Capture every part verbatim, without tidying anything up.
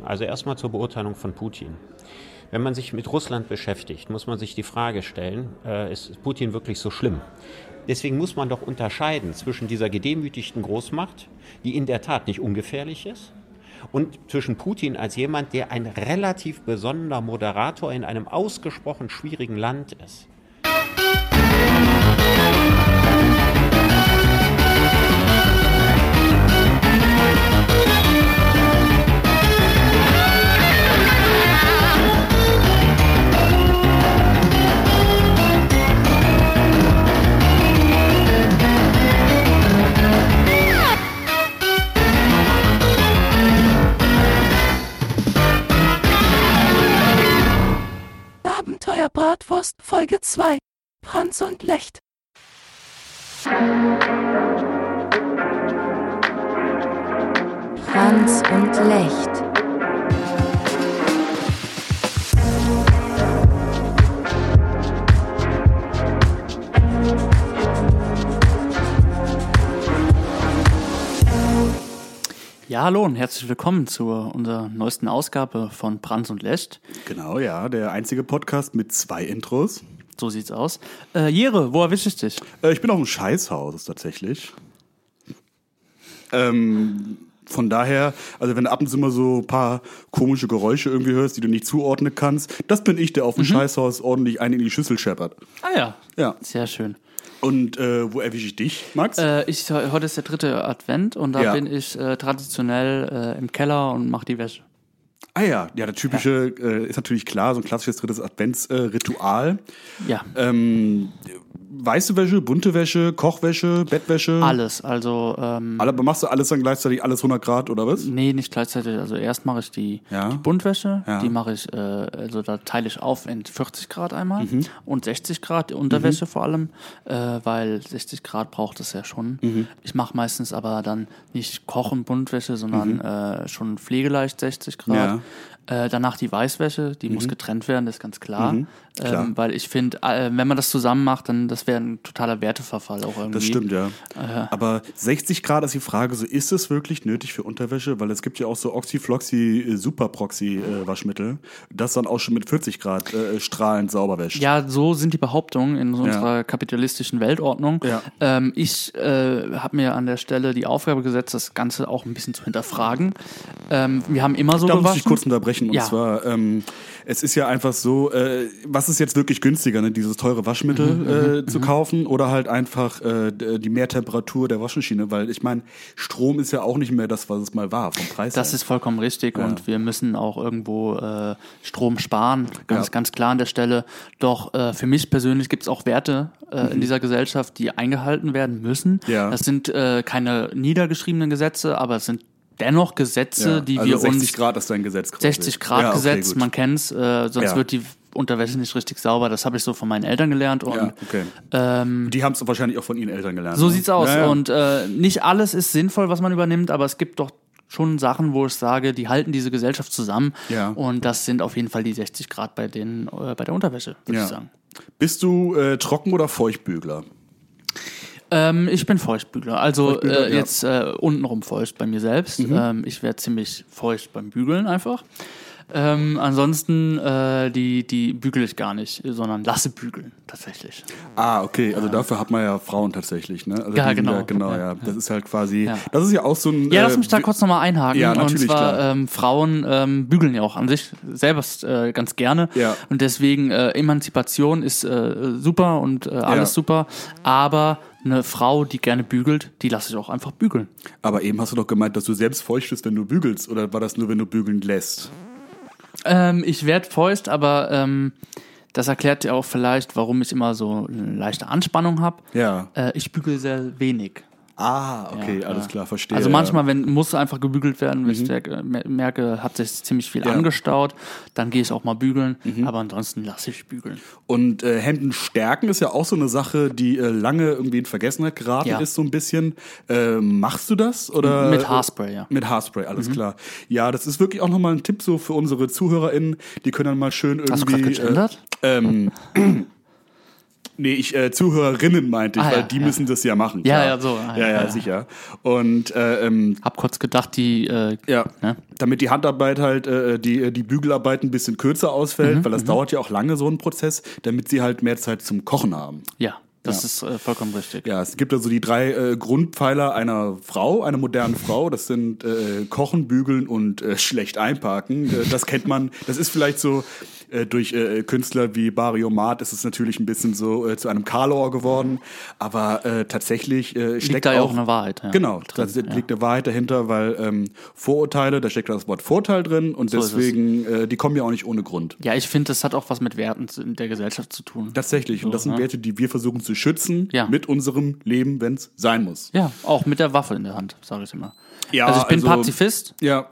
Also erstmal zur Beurteilung von Putin. Wenn man sich mit Russland beschäftigt, muss man sich die Frage stellen, äh, ist Putin wirklich so schlimm? Deswegen muss man doch unterscheiden zwischen dieser gedemütigten Großmacht, die in der Tat nicht ungefährlich ist, und zwischen Putin als jemand, der ein relativ besonderer Moderator in einem ausgesprochen schwierigen Land ist. Bratwurst Folge zwei. Franz und Lecht. Franz und Lecht. Ja, hallo und herzlich willkommen zu unserer neuesten Ausgabe von Franz und Lecht. Genau, ja, der einzige Podcast mit zwei Intros. So sieht's aus. Äh, Jere, wo erwische ich dich? Äh, ich bin auf dem Scheißhaus tatsächlich. Ähm, von daher, also wenn du ab und zu mal so ein paar komische Geräusche irgendwie hörst, die du nicht zuordnen kannst, das bin ich, der auf dem mhm. Scheißhaus ordentlich einen in die Schüssel scheppert. Ah ja, ja. Sehr schön. Und äh, wo erwische ich dich, Max? Äh, ich, heute ist der dritte Advent und da ja. bin ich äh, traditionell äh, im Keller und mache die Wäsche. Ah ja, ja, der typische ja. Äh, ist natürlich klar, so ein klassisches drittes Adventsritual. Äh, ja. Ähm, weiße Wäsche, bunte Wäsche, Kochwäsche, Bettwäsche? Alles, also... Ähm, Aber machst du alles dann gleichzeitig, alles hundert Grad oder was? Nee, nicht gleichzeitig. Also erst mache ich die, ja. die Buntwäsche, ja. die mache ich, äh, also da teile ich auf in vierzig Grad einmal mhm. und sechzig Grad, die Unterwäsche mhm. vor allem, äh, weil sechzig Grad braucht es ja schon. Mhm. Ich mache meistens aber dann nicht Kochen Buntwäsche, sondern mhm. äh, schon pflegeleicht sechzig Grad. Ja. Äh, danach die Weißwäsche, die mhm. muss getrennt werden, das ist ganz klar. Mhm, klar. Ähm, weil ich finde, äh, wenn man das zusammen macht, dann das wäre ein totaler Werteverfall auch irgendwie. Das stimmt, ja. Äh, Aber sechzig Grad ist die Frage, so ist es wirklich nötig für Unterwäsche? Weil es gibt ja auch so Oxyfloxy Superproxy äh, Waschmittel, das dann auch schon mit vierzig Grad äh, strahlend sauber wäscht. Ja, so sind die Behauptungen in unserer ja. kapitalistischen Weltordnung. Ja. Ähm, ich äh, habe mir an der Stelle die Aufgabe gesetzt, das Ganze auch ein bisschen zu hinterfragen. Ähm, wir haben immer so da gewaschen. Da muss ich kurz unterbrechen. Und ja. zwar, ähm, es ist ja einfach so, äh, was ist jetzt wirklich günstiger, ne? Dieses teure Waschmittel mhm, äh, mhm, zu kaufen oder halt einfach äh, die Mehrtemperatur der Waschmaschine? Weil ich meine, Strom ist ja auch nicht mehr das, was es mal war vom Preis Das her. ist vollkommen richtig ja. und wir müssen auch irgendwo äh, Strom sparen, ganz, ja. ganz klar an der Stelle. Doch äh, für mich persönlich gibt es auch Werte äh, mhm. in dieser Gesellschaft, die eingehalten werden müssen. Ja. Das sind äh, keine niedergeschriebenen Gesetze, aber es sind dennoch Gesetze, ja, die also wir uns... sechzig Grad ist dein Gesetz quasi. sechzig Grad ja, okay, Gesetz, gut. man kennt's, äh, sonst ja. wird die Unterwäsche nicht richtig sauber. Das habe ich so von meinen Eltern gelernt. Und, ja, okay. ähm, die haben es wahrscheinlich auch von ihren Eltern gelernt. So ne? sieht's aus. Ja, ja. Und äh, nicht alles ist sinnvoll, was man übernimmt, aber es gibt doch schon Sachen, wo ich sage, die halten diese Gesellschaft zusammen. Ja. Und das sind auf jeden Fall die sechzig Grad bei, den, äh, bei der Unterwäsche, würde ja. ich sagen. Bist du äh, Trocken- oder Feuchtbügler? Ähm, ich bin Feuchtbügler, also Feuchtbügler, äh, ja. jetzt äh, untenrum feucht bei mir selbst. Mhm. Ähm, ich werde ziemlich feucht beim Bügeln einfach. Ähm, ansonsten, äh, die, die bügel ich gar nicht, sondern lasse bügeln, tatsächlich. Ah, okay, also dafür hat man ja Frauen tatsächlich, ne? Also ja, die sind genau. Ja, genau, ja. ja. Das ist halt quasi, ja. das ist ja auch so ein... Ja, lass äh, mich da kurz nochmal einhaken. Ja, natürlich, und zwar, klar. ähm, Frauen ähm, bügeln ja auch an sich selber äh, ganz gerne. Ja. Und deswegen, äh, Emanzipation ist äh, super und äh, alles ja. super, aber eine Frau, die gerne bügelt, die lasse ich auch einfach bügeln. Aber eben hast du doch gemeint, dass du selbst feucht bist, wenn du bügelst, oder war das nur, wenn du bügeln lässt? Ähm, ich werde feucht, aber ähm, das erklärt ja auch vielleicht, warum ich immer so eine leichte Anspannung habe. Ja. Äh, ich bügele sehr wenig. Ah, okay, Ja, alles ja. klar, verstehe. Also manchmal, wenn muss einfach gebügelt werden, wenn Mhm. ich merke, merke, hat sich ziemlich viel Ja. angestaut, dann gehe ich auch mal bügeln, Mhm. aber ansonsten lasse ich bügeln. Und äh, Hemden stärken ist ja auch so eine Sache, die äh, lange irgendwie in Vergessenheit geraten Ja. ist, so ein bisschen. Äh, machst du das? Oder? Mit Haarspray, ja. Mit Haarspray, alles Mhm. klar. Ja, das ist wirklich auch nochmal ein Tipp so für unsere ZuhörerInnen. Die können dann mal schön irgendwie... Hast du gerade gegendert? Äh, ähm, Nee, ich äh, Zuhörerinnen meinte ich, Ah, weil ja, die ja. müssen das ja machen. Ja, klar. ja, so. Ah, ja, ja, ja, ja. sicher. Und äh, ähm, Hab kurz gedacht, die, äh, ja, ne? damit die Handarbeit halt, äh, die, die Bügelarbeit ein bisschen kürzer ausfällt, Mhm, weil das dauert ja auch lange, so ein Prozess, damit sie halt mehr Zeit zum Kochen haben. Ja, das Ja. ist äh, vollkommen richtig. Ja, es gibt also die drei äh, Grundpfeiler einer Frau, einer modernen Frau. Das sind äh, Kochen, Bügeln und äh, schlecht einparken. Äh, das kennt man. Das ist vielleicht so äh, durch äh, Künstler wie Barry Mart ist es natürlich ein bisschen so äh, zu einem Karlauer geworden. Aber äh, tatsächlich äh, steckt Liegt da ja auch auch eine Wahrheit. Ja, Genau, da drin, ja. liegt eine Wahrheit dahinter, weil ähm, Vorurteile, da steckt das Wort Vorteil drin und So ist es. deswegen, äh, die kommen ja auch nicht ohne Grund. Ja, ich finde, das hat auch was mit Werten in der Gesellschaft zu tun. Tatsächlich. Und das sind ne? Werte, die wir versuchen zu schützen Ja. mit unserem Leben, wenn es sein muss. Ja, auch mit der Waffe in der Hand, sage ich immer. Ja, also ich bin also- Pazifist, Ja.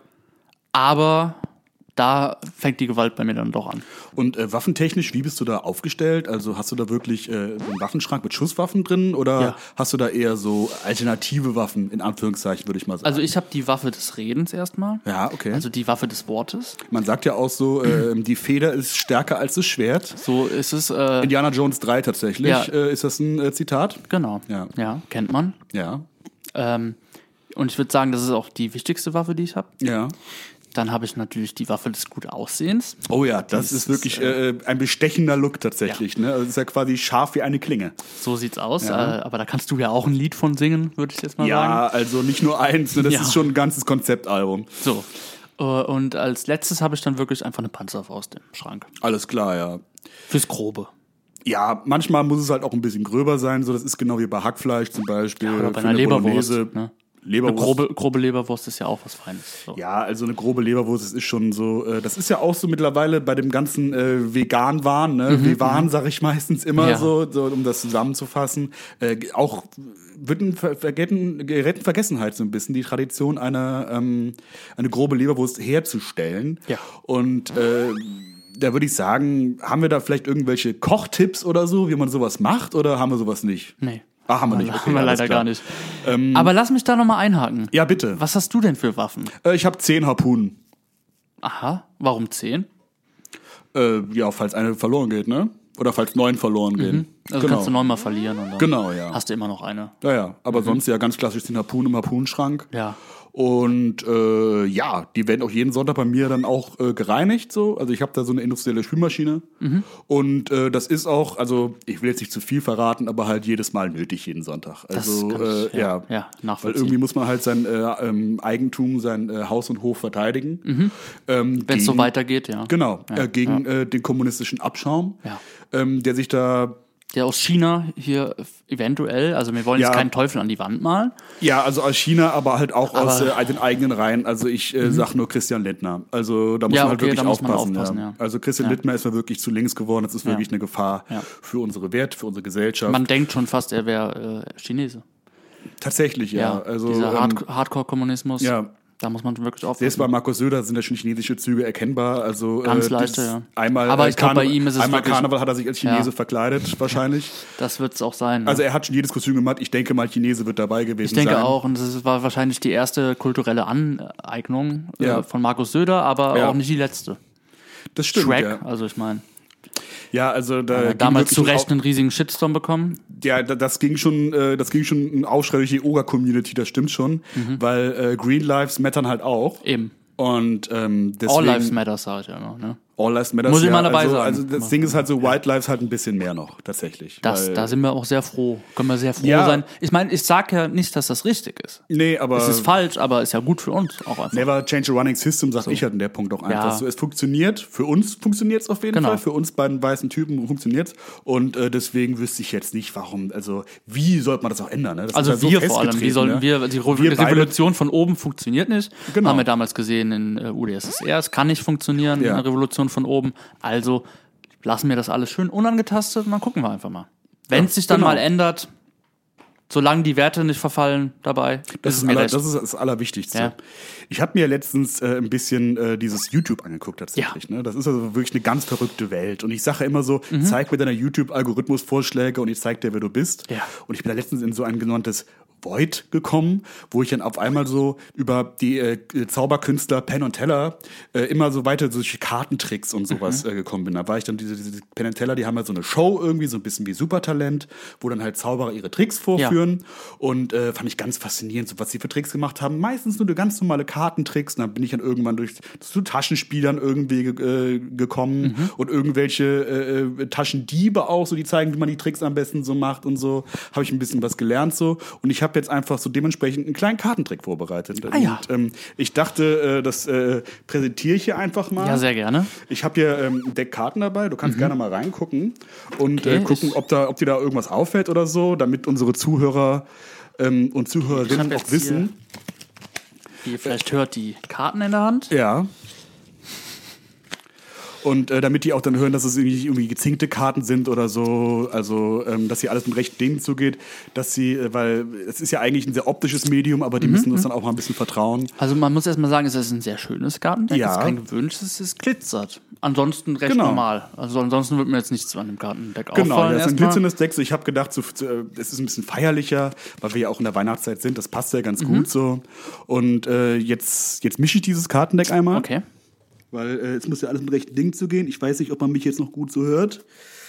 aber da fängt die Gewalt bei mir dann doch an. Und äh, waffentechnisch, wie bist du da aufgestellt? Also hast du da wirklich äh, einen Waffenschrank mit Schusswaffen drin oder Ja. hast du da eher so alternative Waffen, in Anführungszeichen, würde ich mal sagen? Also ich habe die Waffe des Redens erstmal. ja, okay. Also die Waffe des Wortes. Man sagt ja auch so, äh, die Feder ist stärker als das Schwert. So ist es. Äh, Indiana Jones drei tatsächlich. Ja. Äh, ist das ein äh, Zitat? genau. Ja. ja, kennt man. Ja. Ähm, und ich würde sagen, das ist auch die wichtigste Waffe, die ich habe. Ja. Dann habe ich natürlich die Waffe des guten Aussehens. Oh ja, das Dies ist wirklich ist, äh, äh, ein bestechender Look tatsächlich. Ne? Also das ist ja quasi scharf wie eine Klinge. So sieht's aus. Ja. Äh, aber da kannst du ja auch ein Lied von singen, würde ich jetzt mal Ja, sagen. also nicht nur eins, ne? das Ja. ist schon ein ganzes Konzeptalbum. So. Äh, Und als letztes habe ich dann wirklich einfach eine Panzerfaust im Schrank. Alles klar, ja. Fürs Grobe. Ja, manchmal muss es halt auch ein bisschen gröber sein. So, das ist genau wie bei Hackfleisch zum Beispiel. Oder bei für einer eine Leberwurst. Bolognese. Ne? Eine Leberwurst. grobe, grobe Leberwurst ist ja auch was Feines. So. Ja, also eine grobe Leberwurst, das ist schon so, äh, das ist ja auch so mittlerweile bei dem ganzen äh, Vegan-Wahn, ne? Vegan sage ich meistens immer Mhm, Ja. so, so, um das zusammenzufassen. Äh, auch wird in Ver Vergessen, gerät in Vergessenheit so ein bisschen die Tradition, eine, ähm, eine grobe Leberwurst herzustellen. Ja. Und äh, da würde ich sagen, haben wir da vielleicht irgendwelche Kochtipps oder so, wie man sowas macht, oder haben wir sowas nicht? Nee. Ah, haben wir nicht. Okay, haben wir alles leider klar. gar nicht. Aber lass mich da nochmal einhaken. Ja, bitte. Was hast du denn für Waffen? Äh, ich habe zehn Harpunen. Aha, warum zehn? Äh, ja, falls eine verloren geht, ne? Oder falls neun verloren gehen. Also genau. kannst du neunmal verlieren und dann Genau, ja. hast du immer noch eine. Ja, ja. Aber sonst ja ganz klassisch den Harpun im Harpunenschrank. Ja. Und äh, ja, die werden auch jeden Sonntag bei mir dann auch äh, gereinigt. So. Also ich habe da so eine industrielle Spülmaschine. Mhm. Und äh, das ist auch, also ich will jetzt nicht zu viel verraten, aber halt jedes Mal nötig jeden Sonntag. Das Also kann ich, äh, ja, ja, ja, nachvollziehen. Weil irgendwie muss man halt sein äh, ähm, Eigentum, sein äh, Haus und Hof verteidigen. Ähm, Wenn es so gegen- weitergeht, ja. Genau, Ja, äh, gegen Äh, den kommunistischen Abschaum, Ja. ähm, der sich da Der aus China hier eventuell, also wir wollen Ja. jetzt keinen Teufel an die Wand malen. Ja, also aus China, aber halt auch aus Aber- äh, den eigenen Reihen. Also ich äh, sag nur Christian Lindner. Also da muss Ja, man halt okay, wirklich da muss man aufpassen. aufpassen, ja. ja. Also Christian Ja. Lindner ist mir wirklich zu links geworden. Das ist Ja. wirklich eine Gefahr Ja. für unsere Werte, für unsere Gesellschaft. Man denkt schon fast, er wäre äh, Chinese. Tatsächlich, ja. also dieser ähm, Hard Hardcore-Kommunismus. ja. Da muss man wirklich aufpassen. Selbst bei Markus Söder sind ja schon chinesische Züge erkennbar. Also Ganz äh, leichte, das- ja. Einmal, Aber äh, ich glaub, bei Karne- ihm ist es einmal wirklich- Karneval hat er sich als Chinese Ja. verkleidet, wahrscheinlich. Das wird es auch sein. Ne? Also er hat schon jedes Kostüm gemacht. Ich denke mal, Chinese wird dabei gewesen ich denke sein. auch, und das war wahrscheinlich die erste kulturelle Aneignung Ja. äh, von Markus Söder, aber Ja. auch nicht die letzte. Das stimmt, Shrek, ja. also ich meine, Ja, also da äh, ging damals zu wirklich Recht auch- einen riesigen Shitstorm bekommen. Ja, da- das ging schon, äh, das ging schon ein Aufschrei durch die Oga-Community, das stimmt schon, Mhm. weil äh, Green Lives mattern halt auch. Eben. Und ähm, deswegen, All Lives Matter, sage ich ja immer. Ne? All Lives Matter. Muss ich ja, mal dabei also, sagen. Also das Ding ist halt so, White Lives halt ein bisschen mehr noch, tatsächlich. Das, weil, da sind wir auch sehr froh. Können wir sehr froh Ja. sein. Ich meine, ich sage ja nicht, dass das richtig ist. Nee, aber Es ist falsch, aber ist ja gut für uns auch einfach. Never change a running system, sag ich halt in der Punkt auch einfach Ja. so. Es funktioniert, für uns funktioniert es auf jeden Genau. Fall, für uns beiden weißen Typen funktioniert es. Und äh, deswegen wüsste ich jetzt nicht, warum, also wie sollte man das auch ändern? Ne? Das Also ist ja wir so vor allem, wie festgetreten, sollen ne? wir, die Re Wir beide- Revolution von oben funktioniert nicht. Genau. Haben wir damals gesehen in äh, U D S S R, es kann nicht funktionieren, Ja. eine Revolution von oben. Also lassen wir das alles schön unangetastet und dann gucken wir einfach mal. Wenn es Ja, sich dann genau. mal ändert, solange die Werte nicht verfallen dabei, Das ist ist, es mir aller, recht. das ist das Allerwichtigste. Ja. Ich habe mir letztens äh, ein bisschen äh, dieses YouTube angeguckt tatsächlich. Ne? Das ist also wirklich eine ganz verrückte Welt. Und ich sage immer so, zeig mir deine YouTube-Algorithmus-Vorschläge und ich zeig dir, wer du bist. Ja. Und ich bin da letztens in so ein genanntes Void gekommen, wo ich dann auf einmal so über die äh, Zauberkünstler Penn und Teller äh, immer so weiter solche Kartentricks und sowas mhm. äh, gekommen bin. Da war ich dann diese, diese Penn und Teller, die haben halt so eine Show irgendwie, so ein bisschen wie Supertalent, wo dann halt Zauberer ihre Tricks vorführen. Ja. Und äh, fand ich ganz faszinierend, so was sie für Tricks gemacht haben. Meistens nur ganz normale Kartentricks. Und dann bin ich dann irgendwann durch zu Taschenspielern irgendwie äh, gekommen mhm. und irgendwelche äh, Taschendiebe auch, so die zeigen, wie man die Tricks am besten so macht und so. Habe ich ein bisschen was gelernt so. Und ich habe jetzt einfach so dementsprechend einen kleinen Kartentrick vorbereitet. Ah, ja. Und ähm, ich dachte, äh, das äh, präsentiere ich hier einfach mal. Ja, sehr gerne. Ich habe hier ähm, ein Deck Karten dabei. Du kannst mhm. gerne mal reingucken und okay, äh, gucken, ob, da, ob dir da irgendwas auffällt oder so, damit unsere Zuhörer ähm, und Zuhörerinnen auch wissen. Hier, ihr vielleicht hört die Karten in der Hand. Ja. Und äh, damit die auch dann hören, dass es irgendwie, irgendwie gezinkte Karten sind oder so, also ähm, dass hier alles mit rechten Dingen zugeht, dass sie, äh, weil es ist ja eigentlich ein sehr optisches Medium, aber die mhm. müssen uns dann auch mal ein bisschen vertrauen. Also man muss erstmal sagen, es ist ein sehr schönes Kartendeck, ja. es ist kein gewöhnliches, es glitzert. Ansonsten recht genau. normal. Also ansonsten wird mir jetzt nichts an dem Kartendeck genau, auffallen. Genau, das ist ein glitzerndes Deck, so ich habe gedacht, so, es ist ein bisschen feierlicher, weil wir ja auch in der Weihnachtszeit sind, das passt ja ganz mhm. gut so. Und äh, jetzt, jetzt mische ich dieses Kartendeck einmal. Okay. Weil äh, jetzt muss ja alles mit rechten Dingen zugehen. Ich weiß nicht, ob man mich jetzt noch gut so hört.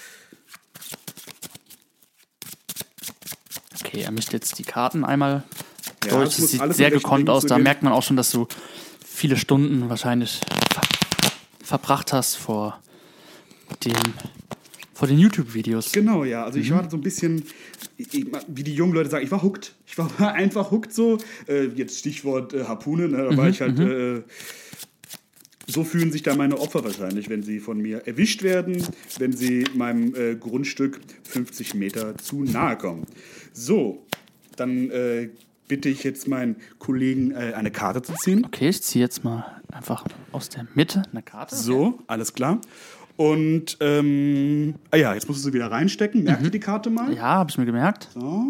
Okay, er mischt jetzt die Karten einmal ja, durch. Das sieht sehr gekonnt aus. Da merkt man auch schon, dass du viele Stunden wahrscheinlich ver- verbracht hast vor dem vor den YouTube-Videos. Genau, ja. Also ich mhm. war so ein bisschen, ich, wie die jungen Leute sagen, ich war hooked. Ich war einfach hooked so. Äh, jetzt Stichwort äh, Harpune, ne? Da mhm, war ich halt... Mhm. Äh, So fühlen sich da meine Opfer wahrscheinlich, wenn sie von mir erwischt werden, wenn sie meinem äh, Grundstück fünfzig Meter zu nahe kommen. So, dann äh, bitte ich jetzt meinen Kollegen, äh, eine Karte zu ziehen. Okay, ich ziehe jetzt mal einfach aus der Mitte eine Karte. So, alles klar. Und, ähm, ah ja, jetzt musst du sie wieder reinstecken. Merkt mhm. ihr die Karte mal? Ja, habe ich mir gemerkt. So.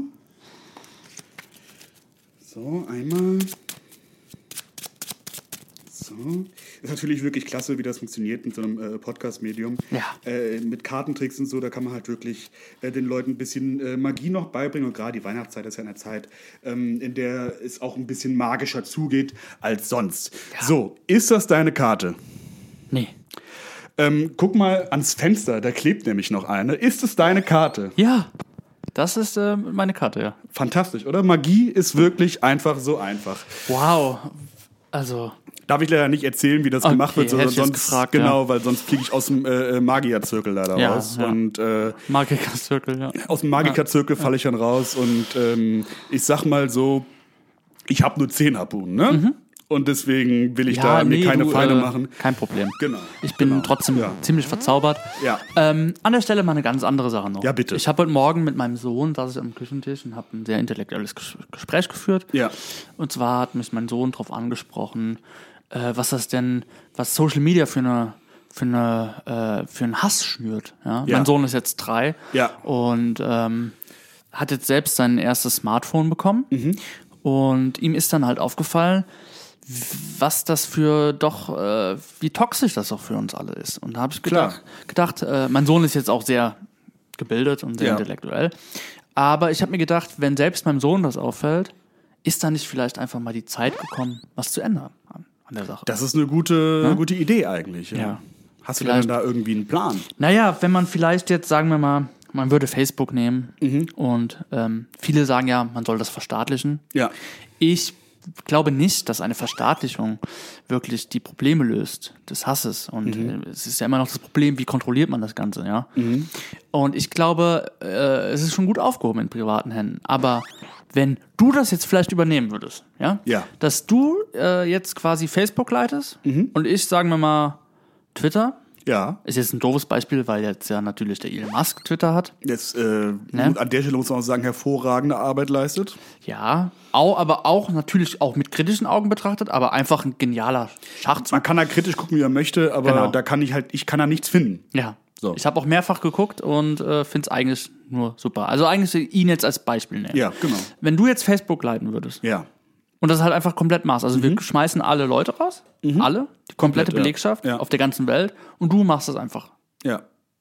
So, einmal... So. Ist natürlich wirklich klasse, wie das funktioniert mit so einem äh, Podcast-Medium. Ja. Äh, mit Kartentricks und so, da kann man halt wirklich äh, den Leuten ein bisschen äh, Magie noch beibringen. Und gerade die Weihnachtszeit ist ja eine Zeit, ähm, in der es auch ein bisschen magischer zugeht als sonst. Ja. So, ist das deine Karte? Nee. Ähm, guck mal ans Fenster, da klebt nämlich noch eine. Ist es deine Karte? Ja. Das ist äh, meine Karte, ja. Fantastisch, oder? Magie ist wirklich einfach so einfach. Wow. Also... Darf ich leider nicht erzählen, wie das okay, gemacht wird, sondern sonst gefragt, genau, ja. weil sonst fliege ich aus dem äh, Magierzirkel leider ja, raus. Ja. Und äh, Magikerzirkel, ja. Aus dem Magikerzirkel ja. falle ich dann raus und ähm, ich sag mal so, ich habe nur zehn Harpunen, ne? Mhm. Und deswegen will ich ja, da nee, mir keine du, Feinde äh, machen. Kein Problem. Genau. Ich bin genau. trotzdem ja. ziemlich verzaubert. Ja. Ähm, an der Stelle mal eine ganz andere Sache noch. Ja, bitte. Ich habe heute Morgen mit meinem Sohn, saß ich am Küchentisch und habe ein sehr intellektuelles Ges- Gespräch geführt. Ja. Und zwar hat mich mein Sohn darauf angesprochen, äh, was das denn, was Social Media für eine für eine äh, für einen Hass schürt. Ja? Ja. Mein Sohn ist jetzt drei Ja. und ähm, hat jetzt selbst sein erstes Smartphone bekommen. Mhm. Und ihm ist dann halt aufgefallen, was das für doch, äh, wie toxisch das auch für uns alle ist. Und da habe ich gedacht, gedacht äh, mein Sohn ist jetzt auch sehr gebildet und sehr ja. intellektuell. Aber ich habe mir gedacht, wenn selbst meinem Sohn das auffällt, ist da nicht vielleicht einfach mal die Zeit gekommen, was zu ändern an, an der Sache. Das ist eine gute, ja? gute Idee eigentlich. Ja. Ja. Hast du vielleicht, denn da irgendwie einen Plan? Naja, wenn man vielleicht jetzt, sagen wir mal, man würde Facebook nehmen mhm. und ähm, viele sagen ja, man soll das verstaatlichen. Ja. Ich glaube nicht, dass eine Verstaatlichung wirklich die Probleme löst des Hasses. Und mhm. es ist ja immer noch das Problem, wie kontrolliert man das Ganze, ja. Mhm. Und ich glaube, äh, es ist schon gut aufgehoben in privaten Händen. Aber wenn du das jetzt vielleicht übernehmen würdest, ja, ja. dass du äh, jetzt quasi Facebook leitest mhm. und ich, sagen wir mal, Twitter. Ja. Ist jetzt ein doofes Beispiel, weil jetzt ja natürlich der Elon Musk Twitter hat. Jetzt, äh, ne? An der Stelle muss man auch sagen, hervorragende Arbeit leistet. Ja, auch, aber auch natürlich auch mit kritischen Augen betrachtet, aber einfach ein genialer Schachzug. Man kann da kritisch gucken, wie man möchte, aber genau. da kann ich halt, ich kann da nichts finden. Ja. So. Ich habe auch mehrfach geguckt und äh, finde es eigentlich nur super. Also eigentlich ihn jetzt als Beispiel nehmen. Ja, genau. Wenn du jetzt Facebook leiten würdest. Ja. Und das halt einfach komplett machst. Also mhm. wir schmeißen alle Leute raus, mhm. alle, die komplette Komplett, Belegschaft ja. Ja. auf der ganzen Welt und du machst das einfach. Ja.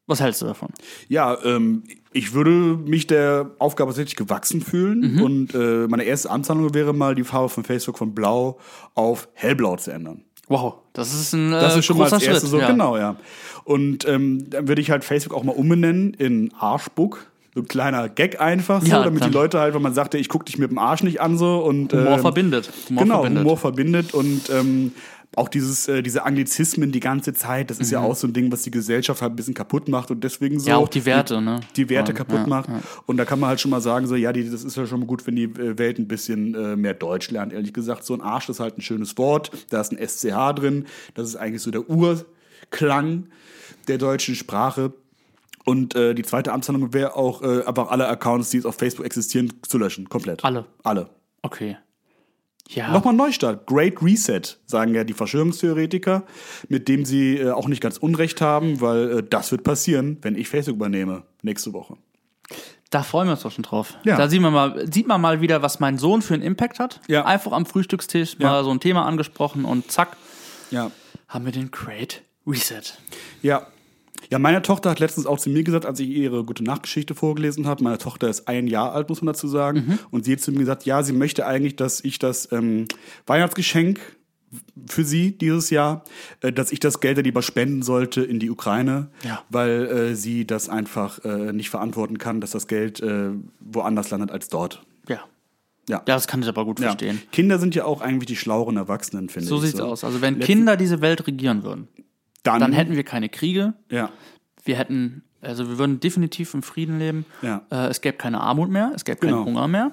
Was hältst du davon? Ja, ähm, ich würde mich der Aufgabe tatsächlich gewachsen fühlen. Mhm. Und äh, meine erste Amtshandlung wäre mal, die Farbe von Facebook von blau auf hellblau zu ändern. Wow, das ist ein äh, Das ist schon mal als erstes Schritt, so, ja. genau, ja. Und ähm, dann würde ich halt Facebook auch mal umbenennen in Arschbuck. So ein kleiner Gag einfach, so, Ja, damit dann. die Leute halt, wenn man sagt, ich guck dich mit dem Arsch nicht an, so. Und, Humor ähm, verbindet. Humor genau, verbindet. Humor verbindet und ähm, auch dieses, äh, diese Anglizismen die ganze Zeit, das ist mhm. ja auch so ein Ding, was die Gesellschaft halt ein bisschen kaputt macht und deswegen so. Ja, auch die Werte, ne? Die Werte ja, kaputt ja, macht. Ja. Und da kann man halt schon mal sagen, so, ja, die, das ist ja schon mal gut, wenn die Welt ein bisschen äh, mehr Deutsch lernt, ehrlich gesagt. So ein Arsch ist halt ein schönes Wort, da ist ein S C H drin, das ist eigentlich so der Urklang der deutschen Sprache. Und äh, die zweite Amtshandlung wäre auch, äh, einfach alle Accounts, die jetzt auf Facebook existieren, zu löschen. Komplett. Alle? Alle. Okay. Ja. Nochmal Neustart. Great Reset, sagen ja die Verschwörungstheoretiker, mit dem sie äh, auch nicht ganz Unrecht haben, weil äh, das wird passieren, wenn ich Facebook übernehme, nächste Woche. Da freuen wir uns doch schon drauf. Ja. Da sieht man, mal, sieht man mal wieder, was mein Sohn für einen Impact hat. Ja. Einfach am Frühstückstisch Ja. mal so ein Thema angesprochen und zack, Ja. haben wir den Great Reset. Ja. Ja, meine Tochter hat letztens auch zu mir gesagt, als ich ihre Gute-Nacht-Geschichte vorgelesen habe, meine Tochter ist ein Jahr alt, muss man dazu sagen, mhm. und sie hat zu mir gesagt, ja, sie möchte eigentlich, dass ich das ähm, Weihnachtsgeschenk für sie dieses Jahr, äh, dass ich das Geld lieber spenden sollte in die Ukraine, Ja. weil äh, sie das einfach äh, nicht verantworten kann, dass das Geld äh, woanders landet als dort. Ja. Ja. Ja, das kann ich aber gut Ja. verstehen. Kinder sind ja auch eigentlich die schlaueren Erwachsenen, finde So ich. sieht's aus. Also wenn Letzten- Kinder diese Welt regieren würden, Dann, dann hätten wir keine Kriege. ja. Wir hätten, also wir würden definitiv im Frieden leben. Ja. Äh, es gäbe keine Armut mehr, es gäbe Genau. keinen Hunger mehr.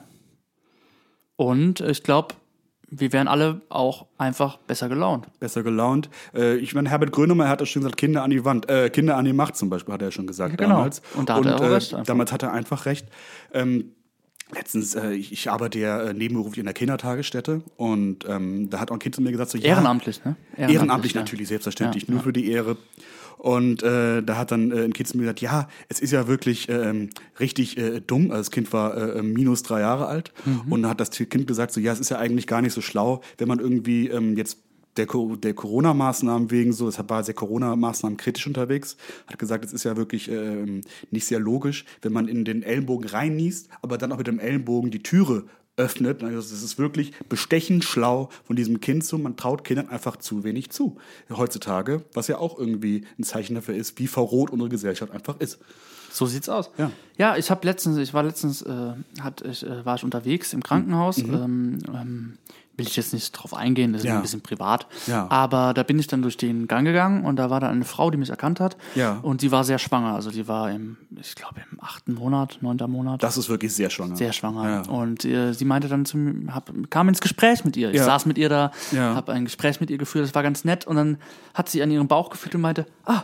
Und ich glaube, wir wären alle auch einfach besser gelaunt. Besser gelaunt. Äh, ich meine, Herbert Grönemeyer hat ja schon gesagt, Kinder an die Wand, äh, Kinder an die Macht zum Beispiel, hat er ja schon gesagt Ja, genau. damals. Und da hat er auch äh, recht einfach. Damals hat er einfach recht. Ähm, letztens, äh, ich, ich arbeite ja äh, nebenberuflich in der Kindertagesstätte und ähm, da hat auch ein Kind zu mir gesagt, so, ja, Ehrenamtlich, ne? Ehrenamtlich ja. natürlich, selbstverständlich, Ja, nur ja. für die Ehre. Und äh, da hat dann äh, ein Kind zu mir gesagt, ja, es ist ja wirklich ähm, richtig äh, dumm. Also das Kind war äh, minus drei Jahre alt. Mhm. Und dann hat das Kind gesagt, so, ja, es ist ja eigentlich gar nicht so schlau, wenn man irgendwie ähm, jetzt der, Co- der Corona-Maßnahmen wegen so, es war sehr Corona-Maßnahmen kritisch unterwegs, hat gesagt, es ist ja wirklich ähm, nicht sehr logisch, wenn man in den Ellenbogen reinniest, aber dann auch mit dem Ellenbogen die Türe öffnet. Also es ist wirklich bestechend schlau von diesem Kind so. Man traut Kindern einfach zu wenig zu heutzutage, was ja auch irgendwie ein Zeichen dafür ist, wie verroht unsere Gesellschaft einfach ist. So sieht's aus. Ja. Ja, ich habe letztens, ich war letztens, äh, hat, ich, äh, war ich unterwegs im Krankenhaus. Mhm. Ähm, ähm, will ich jetzt nicht drauf eingehen, das ist Ja. ein bisschen privat. Ja. Aber da bin ich dann durch den Gang gegangen und da war da eine Frau, die mich erkannt hat. Ja. Und die war sehr schwanger. Also die war im, ich glaube, im achten Monat, neunter Monat. Das ist wirklich sehr schwanger. Sehr schwanger. Ja. Und äh, sie meinte dann zu mir, hab, kam ins Gespräch mit ihr. Ich Ja. saß mit ihr da, Ja. habe ein Gespräch mit ihr geführt, das war ganz nett. Und dann hat sie an ihrem Bauch gefühlt und meinte, ah,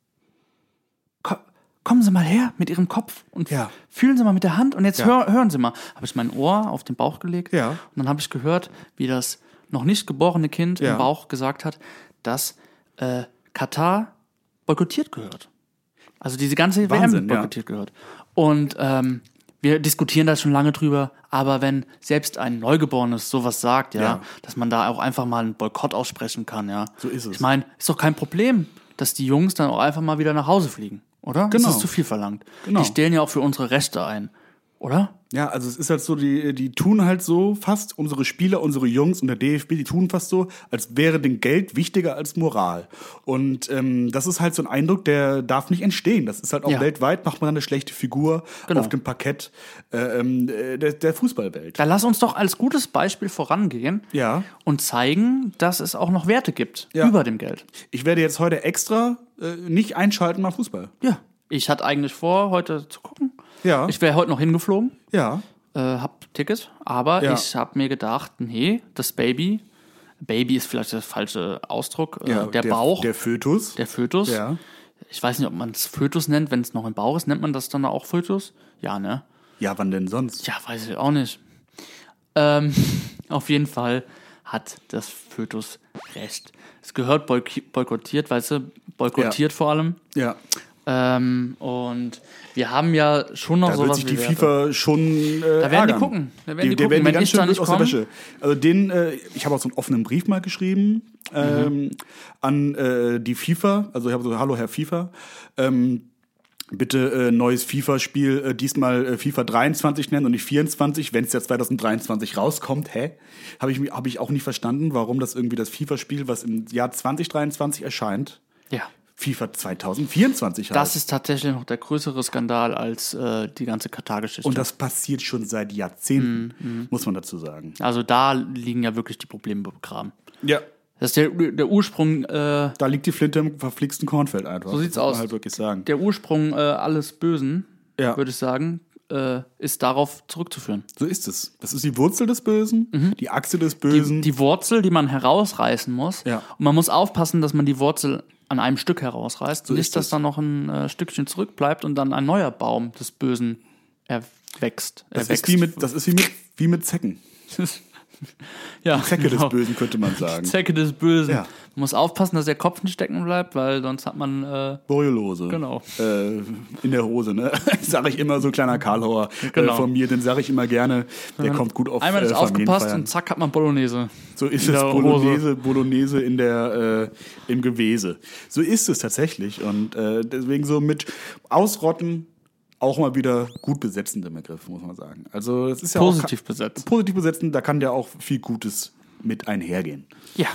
ko- kommen Sie mal her mit Ihrem Kopf und Ja. fühlen Sie mal mit der Hand und jetzt Ja. hör, hören Sie mal. Habe ich mein Ohr auf den Bauch gelegt Ja. und dann habe ich gehört, wie das noch nicht geborene Kind Ja. im Bauch gesagt hat, dass äh, Katar boykottiert gehört. Also diese ganze Wahnsinn, W M boykottiert gehört. Und ähm, wir diskutieren da schon lange drüber, aber wenn selbst ein Neugeborenes sowas sagt, ja, Ja. dass man da auch einfach mal einen Boykott aussprechen kann, ja. So ist es. Ich meine, ist doch kein Problem, dass die Jungs dann auch einfach mal wieder nach Hause fliegen, oder? Genau. Das ist zu viel verlangt. Genau. Die stellen ja auch für unsere Rechte ein, oder? Ja, also es ist halt so, die, die tun halt so fast, unsere Spieler, unsere Jungs und der D F B, die tun fast so, als wäre denn Geld wichtiger als Moral. Und ähm, das ist halt so ein Eindruck, der darf nicht entstehen. Das ist halt auch Ja. weltweit, macht man dann eine schlechte Figur Genau. auf dem Parkett äh, ähm, äh, der, der Fußballwelt. Da lass uns doch als gutes Beispiel vorangehen Ja. und zeigen, dass es auch noch Werte gibt Ja. über dem Geld. Ich werde jetzt heute extra äh, nicht einschalten nach Fußball. Ja. Ich hatte eigentlich vor, heute zu gucken. Ja. Ich wäre heute noch hingeflogen. Ja. Äh, hab Ticket, aber Ja. ich habe mir gedacht, nee, das Baby, Baby ist vielleicht der falsche Ausdruck, äh, ja der, Bauch, Der der, Fötus. Fötus. Ja. Ich weiß nicht, ob man es Fötus nennt, wenn es noch im Bauch ist, nennt man das dann auch Fötus? Ja, ne? Ja, wann denn sonst? Ja, weiß ich auch nicht. Ähm, auf jeden Fall hat das Fötus recht. Es gehört boyk- boykottiert, weißt du, boykottiert vor allem. Ja. Ähm, und wir haben ja schon noch Da wird sowas sich wie die Werte. FIFA schon äh, Da werden die ärgern. gucken. Da werden die, die, die gucken. werden die Wenn ganz ich schön da blöd nicht aus der komme, Wäsche. Also den, äh, ich habe auch so einen offenen Brief mal geschrieben ähm, an äh, die FIFA. Also ich habe so, hallo Herr FIFA. Ähm, bitte äh, neues FIFA-Spiel, äh, diesmal äh, FIFA dreiundzwanzig nennen und nicht vierundzwanzig, wenn es ja zwanzig dreiundzwanzig rauskommt. Hä? Habe ich, hab ich auch nicht verstanden, warum das irgendwie das FIFA-Spiel, was im Jahr zwanzig dreiundzwanzig erscheint, Ja. FIFA zwanzig vierundzwanzig heißt. Das ist tatsächlich noch der größere Skandal als äh, die ganze Katar-Geschichte. Und das passiert schon seit Jahrzehnten, mm, muss man dazu sagen. Also da liegen ja wirklich die Probleme begraben. Ja. Das ist der, der Ursprung, äh, Da liegt die Flinte im verflixten Kornfeld einfach. So sieht's das muss man aus. halt wirklich sagen. der Ursprung äh, alles Bösen, Ja. würde ich sagen, äh, ist darauf zurückzuführen. So ist es. Das ist die Wurzel des Bösen, die Achse des Die, Bösen. die Wurzel, die man herausreißen muss. Ja. Und man muss aufpassen, dass man die Wurzel an einem Stück herausreißt. So Nicht, ist dass es. dann noch ein äh, Stückchen zurückbleibt und dann ein neuer Baum des Bösen erwächst. das, erwächst. ist wie mit, das ist wie mit, wie mit Zecken. ja, Zecke genau. des Bösen, könnte man sagen. Zecke des Bösen. Ja. Man muss aufpassen, dass der Kopf nicht stecken bleibt, weil sonst hat man äh, Borreliose. Genau. Äh, in der Hose, ne? Sag ich immer, so ein kleiner Karlauer Genau. äh, von mir, den sage ich immer gerne. Der kommt gut auf einmal ist äh, aufgepasst Familienfeiern. und zack hat man Bolognese. So ist in es, der Bolognese, Bolognese in der, äh, im Gewese. So ist es tatsächlich. Und äh, deswegen so mit Ausrotten auch mal wieder gut besetzende Begriffe, muss man sagen. Also es ist ja Positiv auch besetzt. positiv besetzen, da kann ja auch viel Gutes mit einhergehen. Ja.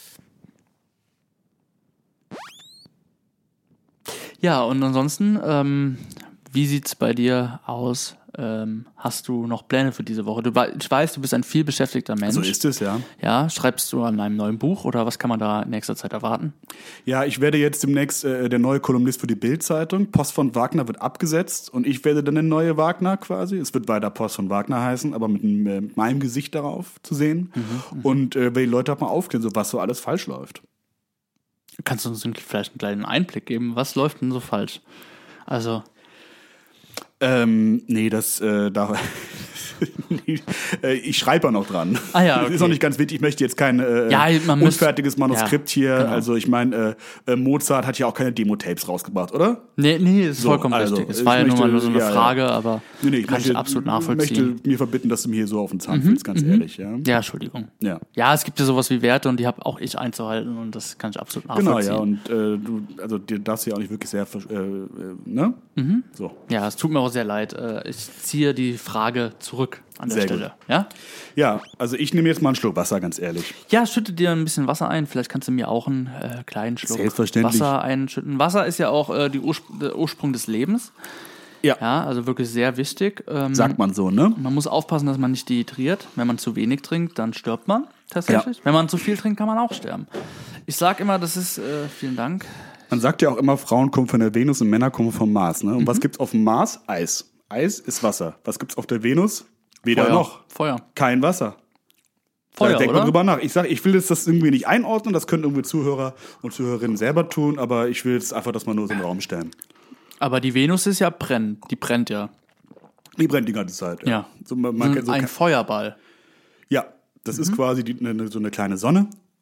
Ja, und ansonsten, ähm, wie sieht's bei dir aus? Ähm, hast du noch Pläne für diese Woche? Du, wei- ich weiß, du bist ein viel beschäftigter Mensch. So ist es, ja. Ja, schreibst du an einem neuen Buch oder was kann man da in nächster Zeit erwarten? Ja, ich werde jetzt demnächst äh, der neue Kolumnist für die Bild-Zeitung. Post von Wagner wird abgesetzt und ich werde dann der neue Wagner quasi. Es wird weiter Post von Wagner heißen, aber mit, einem, äh, mit meinem Gesicht darauf zu sehen. Mhm, und äh, will die Leute auch mal aufklären, so was so alles falsch läuft. Kannst du uns vielleicht einen kleinen Einblick geben? Was läuft denn so falsch? Also, Ähm, nee, das, äh, da, nee, äh, ich schreibe ja noch dran. Ah ja, Das okay. ist noch nicht ganz wichtig. Ich möchte jetzt kein äh, Ja, man muss- unfertiges Manuskript ja, hier. genau. Also ich meine, äh, äh, Mozart hat ja auch keine Demo-Tapes rausgebracht, oder? nee, nee, ist So, vollkommen also, richtig. Es ich war ja nur möchte- mal nur so eine ja, ja. Frage, aber Nee, nee, ich kann möchte, ich absolut nachvollziehen. Mhm, möchte mir verbitten, dass du mir hier so auf den Zahn fühlst, ganz ehrlich. Ja. Ja, Entschuldigung. Ja. Ja, es gibt ja sowas wie Werte und die habe auch ich einzuhalten und das kann ich absolut Genau, nachvollziehen. ja, und äh, du, also dir darfst du ja auch nicht wirklich sehr, vers- äh, äh, ne? Mhm. So. Ja, es tut mir auch sehr leid. Äh, Ich ziehe die Frage zurück an der Sehr Stelle. gut. Ja? Ja, also ich nehme jetzt mal einen Schluck Wasser, ganz ehrlich. Ja, schütte dir ein bisschen Wasser ein. Vielleicht kannst du mir auch einen äh, kleinen Schluck Selbstverständlich. Wasser einschütten. Wasser ist ja auch äh, die Urspr der Ursprung des Lebens. Ja, Ja, also wirklich sehr wichtig. Ähm, sagt man so, ne? Man muss aufpassen, dass man nicht dehydriert. Wenn man zu wenig trinkt, dann stirbt man tatsächlich. Wenn man zu viel trinkt, kann man auch sterben. Ich sag immer, das ist, äh, vielen Dank. Man sagt ja auch immer, Frauen kommen von der Venus und Männer kommen vom Mars, ne? Und Mhm. was gibt's auf dem Mars? Eis. Eis ist Wasser. Was gibt's auf der Venus? Weder Feuer. noch. Feuer. Kein Wasser. Feuer, da denkt oder? man drüber nach. Ich sag, ich will jetzt das irgendwie nicht einordnen, das können irgendwie Zuhörer und Zuhörerinnen selber tun, aber ich will jetzt einfach das mal nur so im Raum stellen. Aber die Venus ist ja brennt. Die brennt ja. Die brennt die ganze Zeit. Ja. So, man, man kennt so ein ke- Feuerball. ja, das Mhm. ist quasi die, ne, so eine kleine Sonne.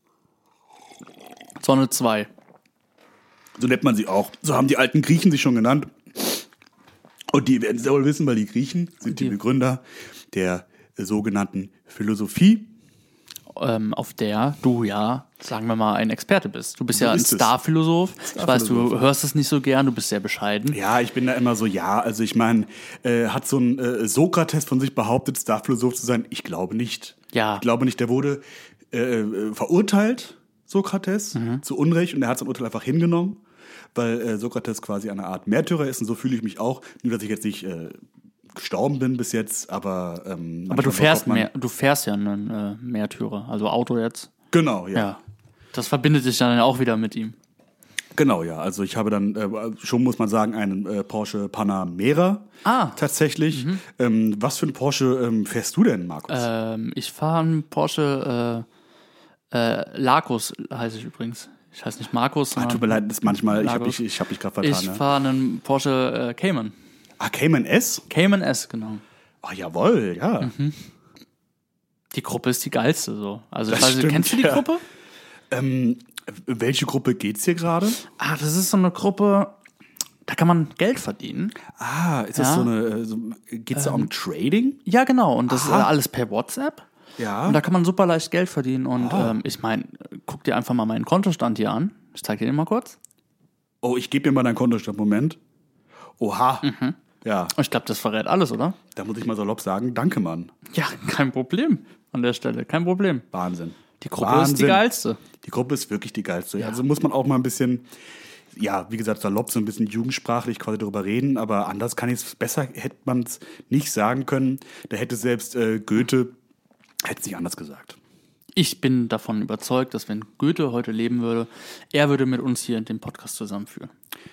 Sonne zwei. So nennt man sie auch. So haben die alten Griechen sich schon genannt. Und die werden es wohl wissen, weil die Griechen sind die, Die- Begründer der äh, sogenannten Philosophie. Ähm, auf der du ja, sagen wir mal, ein Experte bist. Du bist So ja ein ist es. Starphilosoph. Ich weiß, du Starphilosoph. hörst es nicht so gern, du bist sehr bescheiden. Ja, ich bin da immer so, ja, also ich meine, äh, hat so ein äh, Sokrates von sich behauptet, Starphilosoph zu sein? Ich glaube nicht. Ja. Ich glaube nicht, der wurde äh, äh, verurteilt, Sokrates, Mhm. zu Unrecht, und er hat sein Urteil einfach hingenommen, weil äh, Sokrates quasi eine Art Märtyrer ist, und so fühle ich mich auch. Nur, dass ich jetzt nicht äh, gestorben bin bis jetzt, aber ähm, Aber du manchmal fährst bekommt man- mehr, du fährst ja einen äh, Märtyrer, also Auto jetzt. Genau, ja. Ja. Das verbindet sich dann auch wieder mit ihm. Genau, ja. Also ich habe dann äh, schon, muss man sagen, einen äh, Porsche Panamera. Ah. Tatsächlich. Ähm, was für ein Porsche ähm, fährst du denn, Markus? Ähm, ich fahre einen Porsche äh, äh, Lacus, heiße ich übrigens. Ich heiße nicht Markus, Ah, sondern tut mir leid, das manchmal, ich habe Lagos. mich, ich hab mich gerade vertan. ich ne? fahre einen Porsche äh, Cayman. Ah, Cayman S? Cayman S, genau. Ah, jawohl, ja. Die Gruppe ist die geilste so. Also ich Das weiß, nicht, stimmt, kennst du die ja. Gruppe? Ähm, welche Gruppe geht's hier gerade? Ah, das ist so eine Gruppe, da kann man Geld verdienen. Ah, ist das Ja. so eine, äh, so, geht's da um Trading? Ja, genau. Und das Aha. ist äh, alles per WhatsApp. Ja. Und da kann man super leicht Geld verdienen. Und ähm, ich meine, guck dir einfach mal meinen Kontostand hier an. Ich zeige dir den mal kurz. Oh, ich gebe mir mal deinen Kontostand, Moment. Oha. Mhm. Ja, Ich glaube, das verrät alles, oder? da muss ich mal salopp sagen, danke, Mann. Ja, kein Problem an der Stelle, kein Problem. Wahnsinn. Die Gruppe Wahnsinn. ist die geilste. Die Gruppe ist wirklich die geilste. Ja. Also muss man auch mal ein bisschen, ja, wie gesagt, salopp, so ein bisschen jugendsprachlich quasi darüber reden, aber anders kann ich es, besser hätte man es nicht sagen können. Da hätte selbst äh, Goethe, hätte es nicht anders gesagt. Ich bin davon überzeugt, dass wenn Goethe heute leben würde, er würde mit uns hier den Podcast zusammenführen.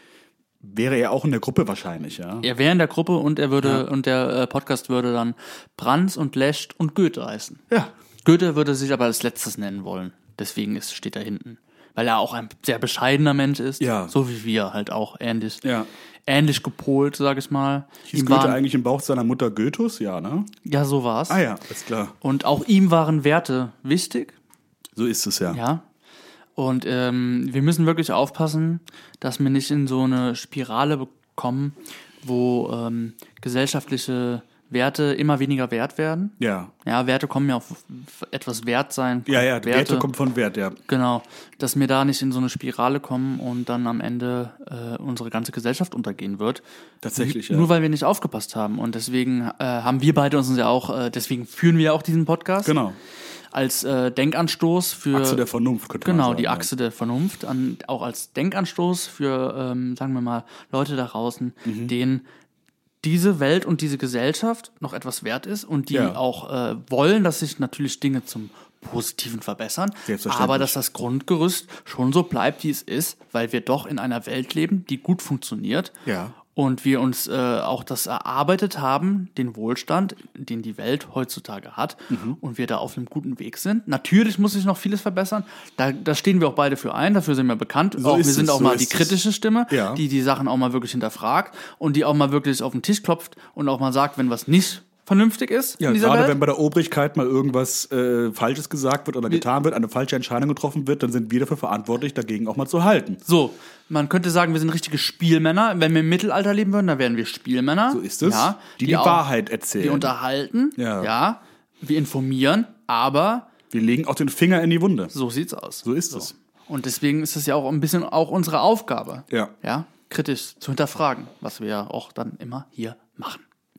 Wäre er auch in der Gruppe wahrscheinlich, ja. Er wäre in der Gruppe und er würde Ja. und der äh, Podcast würde dann Brands und Lescht und Goethe heißen. Ja. Goethe würde sich aber als letztes nennen wollen. Deswegen ist, steht er hinten. Weil er auch ein sehr bescheidener Mensch ist. Ja. So wie wir halt auch ähnlich, Ja. ähnlich gepolt, sag ich mal. Hieß Ihm Goethe waren, eigentlich im Bauch seiner Mutter Goethus? Ja, ne? ja, so war's. Ah ja, ist klar. Und auch ihm waren Werte wichtig. So ist es ja. Ja. Und ähm, wir müssen wirklich aufpassen, dass wir nicht in so eine Spirale bekommen, wo ähm, gesellschaftliche Werte immer weniger wert werden. Ja. Ja, Werte kommen ja auf etwas wert sein. Ja, ja, Werte, Werte kommt von Wert, ja. Genau, dass wir da nicht in so eine Spirale kommen und dann am Ende äh, unsere ganze Gesellschaft untergehen wird. Tatsächlich, ja. Nur weil wir nicht aufgepasst haben. Und deswegen äh, haben wir beide uns ja auch, äh, deswegen führen wir auch diesen Podcast. Genau. Als äh, Denkanstoß für Achse der Vernunft, könnte man genau sagen. die Achse der Vernunft, an, auch als Denkanstoß für, ähm, sagen wir mal, Leute da draußen, Mhm. denen diese Welt und diese Gesellschaft noch etwas wert ist und die Ja. auch äh, wollen, dass sich natürlich Dinge zum Positiven verbessern, Selbstverständlich. aber dass das Grundgerüst schon so bleibt, wie es ist, weil wir doch in einer Welt leben, die gut funktioniert. Ja. Und wir uns äh, auch das erarbeitet haben, den Wohlstand, den die Welt heutzutage hat, Mhm. und wir da auf einem guten Weg sind. Natürlich muss sich noch vieles verbessern. Da, da stehen wir auch beide für ein, dafür sind wir bekannt. So auch, wir ist sind es, auch so mal die ist es. kritische Stimme, Ja. die die Sachen auch mal wirklich hinterfragt und die auch mal wirklich auf den Tisch klopft und auch mal sagt, wenn was nicht vernünftig ist Ja, in dieser gerade Welt. wenn bei der Obrigkeit mal irgendwas äh, Falsches gesagt wird oder getan wird, eine falsche Entscheidung getroffen wird, dann sind wir dafür verantwortlich, dagegen auch mal zu halten. So, man könnte sagen, wir sind richtige Spielmänner. Wenn wir im Mittelalter leben würden, dann wären wir Spielmänner. So ist es. Ja, die die auch- Wahrheit erzählen. Wir unterhalten, Ja. ja, wir informieren, aber Wir legen auch den Finger in die Wunde. so sieht's aus. So ist es. Und deswegen ist es ja auch ein bisschen auch unsere Aufgabe, Ja. ja, kritisch zu hinterfragen, was wir ja auch dann immer hier machen.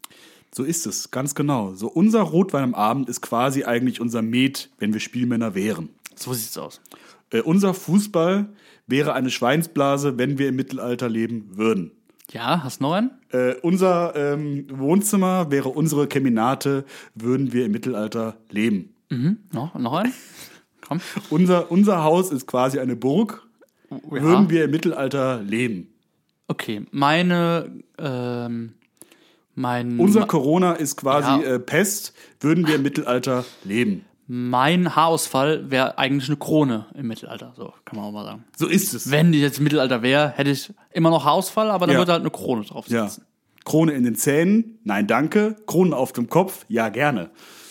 So ist es, ganz genau. So unser Rotwein am Abend ist quasi eigentlich unser Met, wenn wir Spielmänner wären. So sieht's aus. Äh, unser Fußball wäre eine Schweinsblase, wenn wir im Mittelalter leben würden. Ja, hast du noch einen? Äh, unser ähm, Wohnzimmer wäre unsere Keminate, würden wir im Mittelalter leben. Mhm. Noch, noch einen? Komm. Unser, unser Haus ist quasi eine Burg, Ja. würden wir im Mittelalter leben. Okay, meine, ähm, mein, Unser Corona ist quasi Ja. äh, Pest, würden wir im Mittelalter leben. mein Haarausfall wäre eigentlich eine Krone im Mittelalter, so kann man auch mal sagen. So ist es. Wenn die jetzt im Mittelalter wäre, hätte ich immer noch Haarausfall, aber dann Ja. würde halt eine Krone drauf Ja. sitzen. Krone in den Zähnen, nein danke. Kronen auf dem Kopf, ja gerne.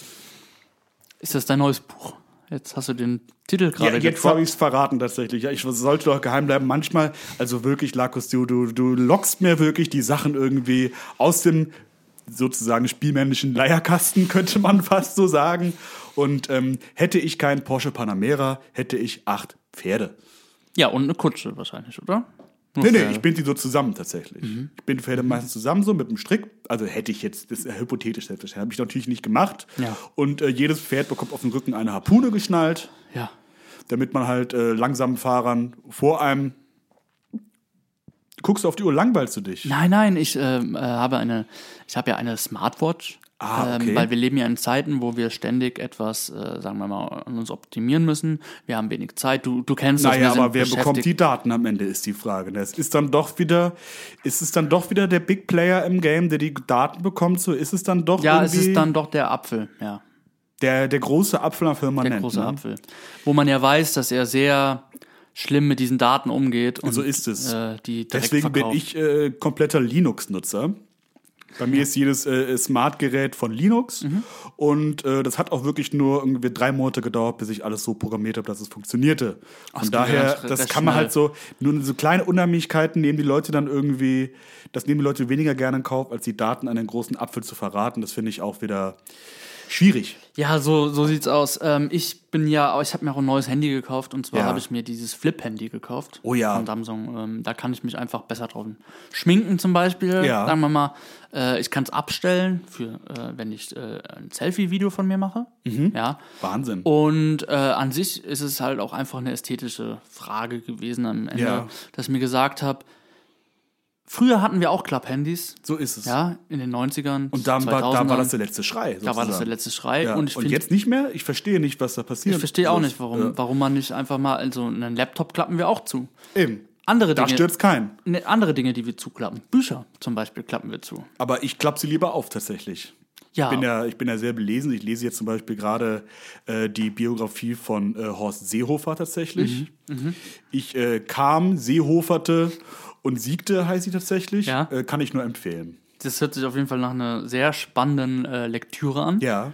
Ist das dein neues Buch? Jetzt hast du den Titel Ja, gerade jetzt gedroppt. habe ich es verraten tatsächlich. Ja, ich sollte doch geheim bleiben. Manchmal, also wirklich, Lakus, du, du, du lockst mir wirklich die Sachen irgendwie aus dem sozusagen spielmännischen Leierkasten, könnte man fast so sagen. Und ähm, hätte ich keinen Porsche Panamera, hätte ich acht Pferde. Ja, und eine Kutsche wahrscheinlich, oder? Nur Nee, nee, Pferde. ich bin die so zusammen tatsächlich. Ich bin die Pferde meistens zusammen so mit dem Strick. Also hätte ich jetzt, das ist ja hypothetisch, das habe ich natürlich nicht gemacht. Ja. Und äh, jedes Pferd bekommt auf dem Rücken eine Harpune geschnallt, Ja. damit man halt äh, langsamen Fahrern vor einem. Guckst du auf die Uhr, langweilst du dich? Nein, nein, ich ähm, äh, habe eine, ich habe ja eine Smartwatch. Ah, okay. ähm, weil wir leben ja in Zeiten, wo wir ständig etwas, äh, sagen wir mal, an uns optimieren müssen. Wir haben wenig Zeit. Du, du kennst das. Naja, wir sind aber wer bekommt beschäftigt. die Daten am Ende, ist die Frage. Das ist dann doch wieder, ist es dann doch wieder der Big Player im Game, der die Daten bekommt? So ist es dann doch Ja, es irgendwie ist dann doch der Apfel, ja. der, der große Apfel am Firmament. Der große ne? Apfel. Wo man ja weiß, dass er sehr schlimm mit diesen Daten umgeht. Und, So ist es. Äh, die direkt Deswegen bin verkauft. ich äh, kompletter Linux-Nutzer. Bei mir ist jedes äh, Smart-Gerät von Linux Mhm. und äh, das hat auch wirklich nur irgendwie drei Monate gedauert, bis ich alles so programmiert habe, dass es funktionierte. Von das geht daher, ja ganz- das recht kann man schnell. halt so, nur so kleine Unheimlichkeiten nehmen die Leute dann irgendwie, das nehmen die Leute weniger gerne in Kauf, als die Daten an den großen Apfel zu verraten. Das finde ich auch wieder, schwierig. Ja, so, so sieht's aus. Ähm, ich bin ja, ich habe mir auch ein neues Handy gekauft und zwar Ja. habe ich mir dieses Flip-Handy gekauft. Oh ja. Von Samsung. Ähm, da kann ich mich einfach besser drauf schminken zum Beispiel. Ja. Sagen wir mal, äh, ich kann es abstellen, für, äh, wenn ich äh, ein Selfie-Video von mir mache. Ja. Wahnsinn. Und äh, an sich ist es halt auch einfach eine ästhetische Frage gewesen am Ende, Ja. dass ich mir gesagt habe, früher hatten wir auch Klapp-Handys. So ist es. Ja, in den neunzigern. Und dann war, da war das der letzte Schrei. Da war das der sozusagen. letzte Schrei. Ja. Und ich Und find, jetzt nicht mehr? Ich verstehe nicht, was da passiert. ich verstehe auch So, nicht, warum, ja. warum man nicht einfach mal, also einen Laptop klappen wir auch zu. Eben. Andere Da Dinge, stört's keinen. ne, andere Dinge, die wir zuklappen. Bücher zum Beispiel klappen wir zu. Aber ich klappe sie lieber auf, tatsächlich. Ja, Ich bin ja, ich bin ja sehr belesen. Ich lese jetzt zum Beispiel gerade äh, die Biografie von äh, Horst Seehofer tatsächlich. Mhm, Ich äh, kam, Seehoferte und siegte, heißt sie tatsächlich. Ja. Äh, kann ich nur empfehlen. das hört sich auf jeden Fall nach einer sehr spannenden äh, Lektüre an, Ja.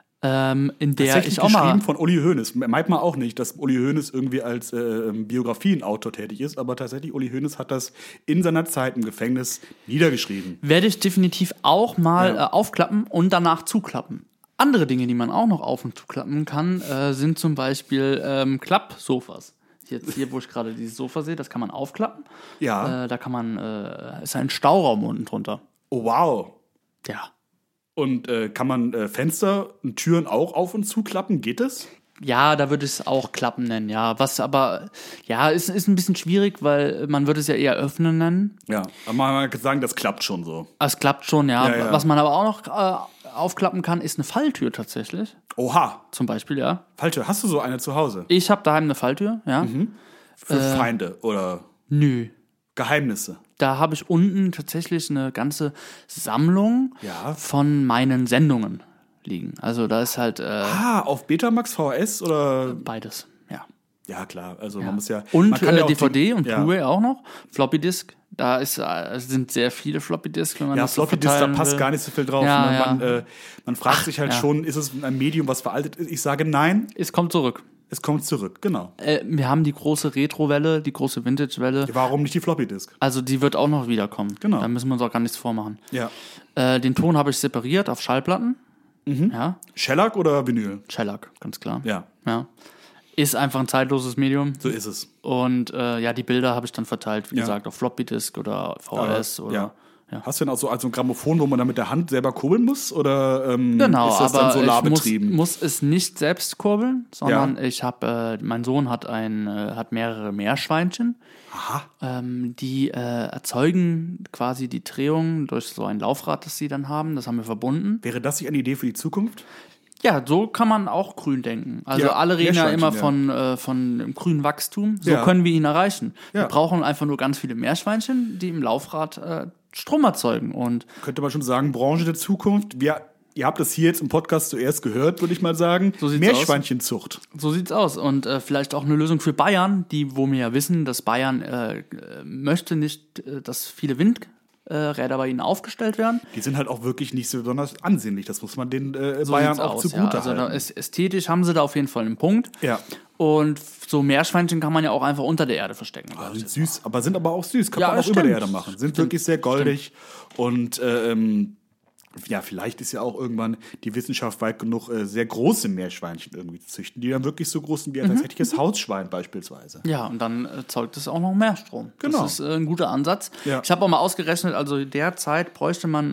ähm, in der Tatsächlich ich auch geschrieben mal... von Uli Hoeneß. Meint man auch nicht, dass Uli Hoeneß irgendwie als äh, Biografieautor tätig ist, aber tatsächlich Uli Hoeneß hat das in seiner Zeit im Gefängnis niedergeschrieben. Werde ich definitiv auch mal Ja. äh, aufklappen und danach zuklappen. Andere Dinge, die man auch noch auf- und zuklappen kann, äh, sind zum Beispiel ähm, Klappsofas. Jetzt hier, wo ich gerade dieses Sofa sehe, das kann man aufklappen. Ja. Äh, da kann man, äh, ist ein Stauraum unten drunter. Oh, wow. Ja. Und äh, kann man äh, Fenster und Türen auch auf und zuklappen? Geht das? Ja, da würde ich es auch Klappen nennen, ja. Was aber, ja, ist, ist ein bisschen schwierig, weil man würde es ja eher öffnen nennen. Ja. Aber man kann sagen, das klappt schon so. Es klappt schon, ja. Ja, ja. Was man aber auch noch äh, aufklappen kann, ist eine Falltür tatsächlich. Oha. Zum Beispiel, ja. Falltür. Hast du so eine zu Hause? Ich habe daheim eine Falltür, ja. Für Feinde oder Nö. Geheimnisse? Da habe ich unten tatsächlich eine ganze Sammlung Ja. von meinen Sendungen liegen. Also da ist halt äh, Ah, auf Betamax, V H S oder? beides, ja. Ja, klar. Also man muss ja. Und man kann äh, ja auch D V D die, und ja. Blu-ray auch noch. Floppy Disk, da ist, äh, sind sehr viele Floppy Disk, wenn man Ja, das so Floppy Disk, da verteilen passt will. gar nicht so viel drauf. Ja, ne? ja. Man, äh, man fragt sich halt ja. schon, ist es ein Medium, was veraltet ist? Ich sage nein, Es kommt zurück. es kommt zurück. Genau. Äh, wir haben die große Retro-Welle, die große Vintage-Welle. Warum nicht die Floppy Disk? Also die wird auch noch wiederkommen. Genau. Da müssen wir uns auch gar nichts vormachen. Ja. Äh, den Ton habe ich separiert auf Schallplatten. Mhm. Ja, Shellac oder Vinyl? Shellac, ganz klar. Ja, Ja. Ist einfach ein zeitloses Medium. so ist es. Und äh, ja, die Bilder habe ich dann verteilt, wie Ja. gesagt, auf Floppy Disk oder V H S oder. ja. Ja. Hast du denn auch so also ein Grammophon, wo man dann mit der Hand selber kurbeln muss? Oder ähm, Genau, ist das aber dann ich muss, solarbetrieben? muss es nicht selbst kurbeln, sondern ich habe, äh, mein Sohn hat ein, äh, hat mehrere Meerschweinchen. Aha. Ähm, die äh, erzeugen quasi die Drehung durch so ein Laufrad, das sie dann haben. Das haben wir verbunden. Wäre das nicht eine Idee für die Zukunft? Ja, so kann man auch grün denken. Also Ja, alle reden ja Meerschweinchen, immer ja. von, äh, von dem grünen Wachstum. So Ja. können wir ihn erreichen. Ja. Wir brauchen einfach nur ganz viele Meerschweinchen, die im Laufrad äh, Strom erzeugen. Und Könnte man schon sagen, Branche der Zukunft. Wir, ihr habt das hier jetzt im Podcast zuerst gehört, würde ich mal sagen. So sieht's Meerschweinchenzucht. so sieht's aus. Und äh, vielleicht auch eine Lösung für Bayern, die, wo wir ja wissen, dass Bayern äh, äh, möchte nicht, äh, dass viele Windräder bei ihnen aufgestellt werden. Die sind halt auch wirklich nicht so besonders ansehnlich. Das muss man den äh, So Bayern sieht's auch aus, zugute ja. Also da halten. ist, ästhetisch haben sie da auf jeden Fall einen Punkt. Ja. Und so Meerschweinchen kann man ja auch einfach unter der Erde verstecken. glaub ich Sind jetzt. süß, aber sind aber auch süß. Kann Ja, man auch das über der stimmt. Erde machen. Sind Stimmt. wirklich sehr goldig. Und ähm, ja, vielleicht ist ja auch irgendwann die Wissenschaft weit genug, äh, sehr große Meerschweinchen irgendwie zu züchten, die dann wirklich so groß sind wie ein Mhm. tatsächliches Hausschwein beispielsweise. Ja, und dann erzeugt es auch noch mehr Strom. Genau. Das ist äh, ein guter Ansatz. Ja. Ich habe auch mal ausgerechnet, also derzeit bräuchte man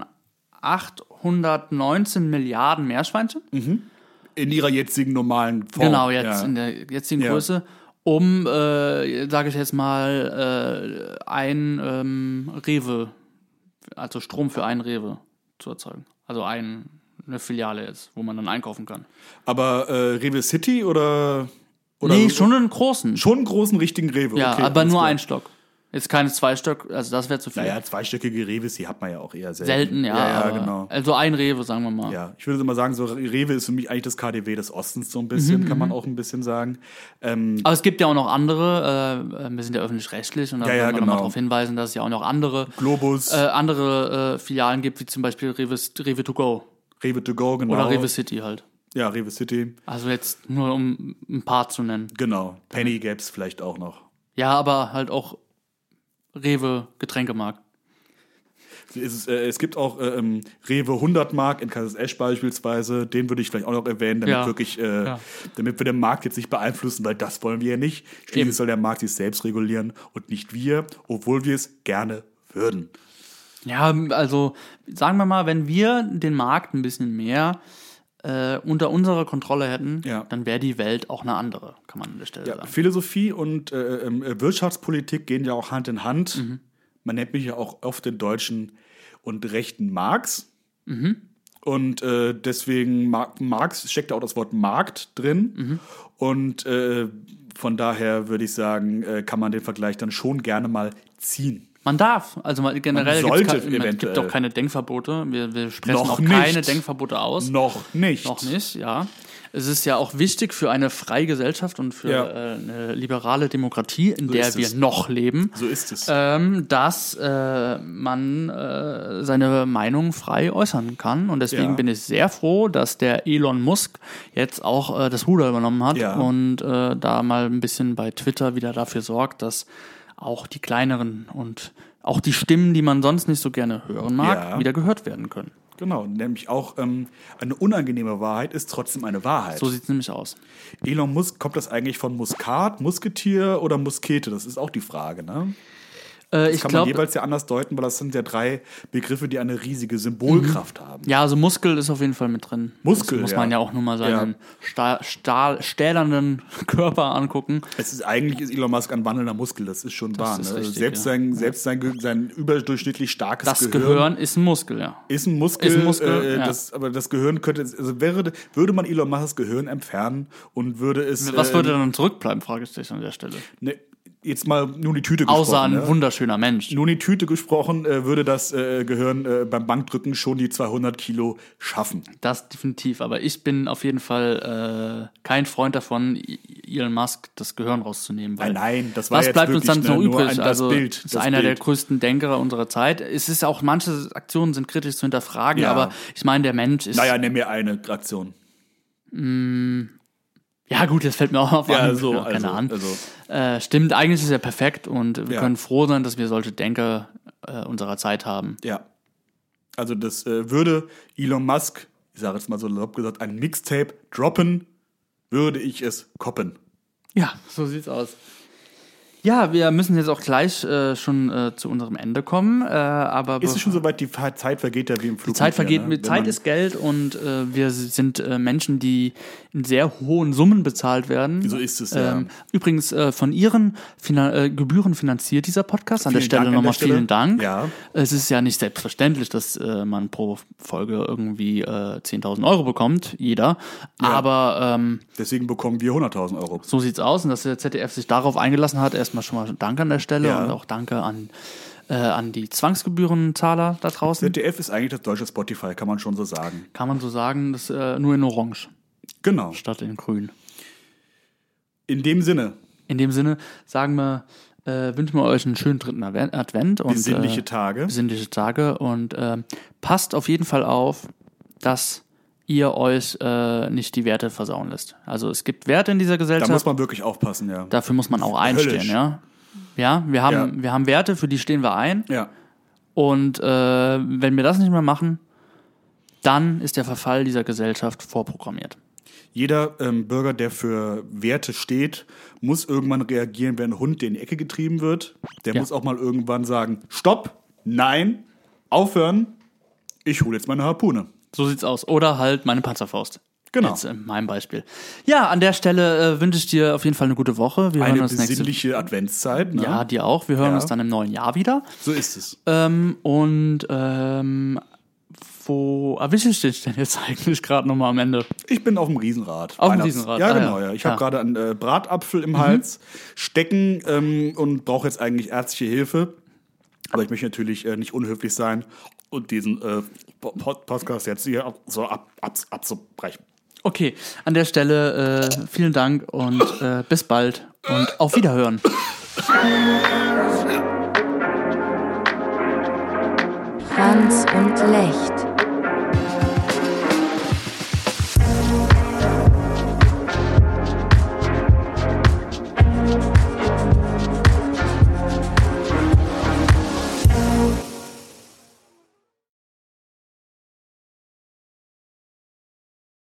achthundertneunzehn Milliarden Meerschweinchen. In ihrer jetzigen normalen Form. Genau, jetzt Ja. in der jetzigen Ja. Größe, um, äh, sage ich jetzt mal, äh, ein ähm, Rewe, also Strom für ein Rewe zu erzeugen. Also ein, eine Filiale jetzt, wo man dann einkaufen kann. Aber äh, Rewe City oder, oder nee, so- schon einen großen. schon einen großen richtigen Rewe. Ja, okay, aber alles nur klar. ein Stock. Jetzt keine zwei Stück, also das wäre zu viel. Naja, zweistöckige Reves, die hat man ja auch eher selten. Selten, ja. Ja, ja aber- genau. Also ein Rewe, sagen wir mal. Ja, ich würde mal sagen, so Rewe ist für mich eigentlich das K D W des Ostens so ein bisschen, Mhm, kann man auch ein bisschen sagen. Ähm, Aber es gibt ja auch noch andere, äh, wir sind ja öffentlich-rechtlich und da Ja, ja, wollen wir nochmal genau. darauf hinweisen, dass es ja auch noch andere, Globus, äh, andere äh, Filialen gibt, wie zum Beispiel Rewe, Rewe to go Rewe to go, genau. oder Rewe City halt. Ja, Rewe City, Also jetzt nur um ein paar zu nennen. genau. Penny gäb's vielleicht auch noch. Ja, aber halt auch Rewe Getränkemarkt. Es, ist, äh, es gibt auch äh, ähm, Rewe hundert Mark in Kaisersesch beispielsweise, den würde ich vielleicht auch noch erwähnen, damit, Ja. wirklich, äh, Ja. damit wir den Markt jetzt nicht beeinflussen, weil das wollen wir ja nicht. Schließlich Eben. soll der Markt sich selbst regulieren und nicht wir, obwohl wir es gerne würden. Ja, also sagen wir mal, wenn wir den Markt ein bisschen mehr äh, unter unserer Kontrolle hätten, Ja. dann wäre die Welt auch eine andere, kann man an der Stelle Ja, sagen. Philosophie und äh, äh, Wirtschaftspolitik gehen ja auch Hand in Hand. Mhm. Man nennt mich ja auch oft den deutschen und rechten Marx. Mhm. Und äh, deswegen, Mar- Marx steckt da auch das Wort Markt drin. Mhm. Und äh, von daher würde ich sagen, äh, kann man den Vergleich dann schon gerne mal ziehen. Man darf, also mal generell Man sollte gibt's kein- es eventuell. gibt auch keine Denkverbote. Wir, wir sprechen Noch auch keine nicht. Denkverbote aus. Noch nicht. Noch nicht, ja. Es ist ja auch wichtig für eine freie Gesellschaft und für Ja. äh, eine liberale Demokratie, in So der ist wir es. noch leben, So ist es. ähm, dass äh, man äh, seine Meinung frei äußern kann. Und deswegen Ja. bin ich sehr froh, dass der Elon Musk jetzt auch äh, das Ruder übernommen hat Ja. und äh, da mal ein bisschen bei Twitter wieder dafür sorgt, dass auch die kleineren und auch die Stimmen, die man sonst nicht so gerne hören mag, Ja. wieder gehört werden können. Genau, nämlich auch ähm, eine unangenehme Wahrheit ist trotzdem eine Wahrheit. So sieht es nämlich aus. Elon Musk, kommt das eigentlich von Muskat, Musketier oder Muskete? Das ist auch die Frage, ne? Äh, Das ich kann man glaube, jeweils ja anders deuten, weil das sind ja drei Begriffe, die eine riesige Symbolkraft haben. ja, also Muskel ist auf jeden Fall mit drin. Muskel, das muss ja. man ja auch nur mal seinen Stahl, Stahl, stählernen Körper angucken. Es ist, eigentlich ist Elon Musk ein wandelnder Muskel, das ist schon wahr. ist Ne? richtig, selbst ja. sein, selbst sein, Ge- sein überdurchschnittlich starkes Das Gehirn, Gehirn ist ein Muskel, ja. ist ein Muskel. Ist ein Muskel, äh, ja. das, aber das Gehirn könnte, also wäre, würde man Elon Musks Gehirn entfernen und würde es. Was äh, würde dann zurückbleiben, frage ich dich an der Stelle. Ne, jetzt mal nur die Tüte gesprochen. Außer ein ne? wunderschöner Mensch. Nur die Tüte gesprochen, äh, würde das äh, Gehirn äh, beim Bankdrücken schon die zweihundert Kilo schaffen. Das definitiv, aber ich bin auf jeden Fall äh, kein Freund davon, I- Elon Musk das Gehirn rauszunehmen. Weil Nein, nein, das war was jetzt bleibt uns wirklich, dann noch ne, nur übrig? ein- das also Bild, ist das einer der Bild. größten Denker unserer Zeit. Es ist auch, manche Aktionen sind kritisch zu hinterfragen, Ja. aber ich meine, der Mensch ist... Naja, nimm mir eine Aktion. Ja gut, das fällt mir auch auf Ja, an. so, Ja, keine also, Ahnung. also. Äh, stimmt, eigentlich ist er perfekt und wir Ja. können froh sein, dass wir solche Denker äh, unserer Zeit haben. Ja. Also das äh, würde Elon Musk, ich sage jetzt mal so salopp gesagt, ein Mixtape droppen, würde ich es koppen. Ja, so sieht's aus. Ja, wir müssen jetzt auch gleich äh, schon äh, zu unserem Ende kommen, äh, aber Ist es schon soweit, die Fa- Zeit vergeht ja wie im Flug. die Zeit vergeht, ne? mit Wenn Zeit man- ist Geld und äh, wir sind äh, Menschen, die in sehr hohen Summen bezahlt werden. So ist es, ja. Ähm, übrigens äh, von Ihren Finan äh, Gebühren finanziert dieser Podcast. An der Vielen Stelle Dank an nochmal der Stelle. vielen Dank. Ja. Es ist ja nicht selbstverständlich, dass äh, man pro Folge irgendwie äh, zehntausend Euro bekommt, jeder. Ja. Aber ähm, Deswegen bekommen wir hunderttausend Euro. so sieht's aus und dass der Z D F sich darauf eingelassen hat, erstmal schon mal Danke an der Stelle Ja. und auch Danke an, äh, an die Zwangsgebührenzahler da draußen. Z D F ist eigentlich das deutsche Spotify, kann man schon so sagen. Kann man so sagen, das äh, nur in Orange Genau. statt in Grün. In dem Sinne, In dem Sinne sagen wir, äh, wünschen wir euch einen schönen dritten Advent- Advent und besinnliche äh, Tage. besinnliche Tage und äh, passt auf jeden Fall auf, dass ihr euch äh, nicht die Werte versauen lässt. Also es gibt Werte in dieser Da Gesellschaft. muss man wirklich aufpassen, ja. Dafür muss man auch einstehen, Höllisch. ja. Ja, wir haben, Ja. wir haben Werte, für die stehen wir ein. Ja. Und äh, wenn wir das nicht mehr machen, dann ist der Verfall dieser Gesellschaft vorprogrammiert. Jeder ähm, Bürger, der für Werte steht, muss irgendwann reagieren, wenn ein Hund in die Ecke getrieben wird. Der Ja. muss auch mal irgendwann sagen, stopp, nein, aufhören, ich hole jetzt meine Harpune. So sieht's aus. Oder halt meine Panzerfaust. Genau. Jetzt in meinem Beispiel. Ja, an der Stelle äh, wünsche ich dir auf jeden Fall eine gute Woche. Wir hören Eine uns nächste besinnliche Adventszeit. Ne? Ja, dir auch. Wir hören Ja. uns dann im neuen Jahr wieder. So ist es. Ähm, und ähm, wo erwische ich dich denn jetzt eigentlich gerade nochmal am Ende? Ich bin auf dem Riesenrad. Auf dem Weihnachts- Riesenrad, Ja, ah, genau. ja. Ja. Ich habe Ja. gerade einen äh, Bratapfel im Hals stecken ähm, und brauche jetzt eigentlich ärztliche Hilfe. Aber ich möchte natürlich äh, nicht unhöflich sein und diesen äh, Pod- Podcast jetzt hier so ab, ab, abzubrechen. Okay, an der Stelle äh, vielen Dank und äh, bis bald und auf Wiederhören. Franz und Lecht.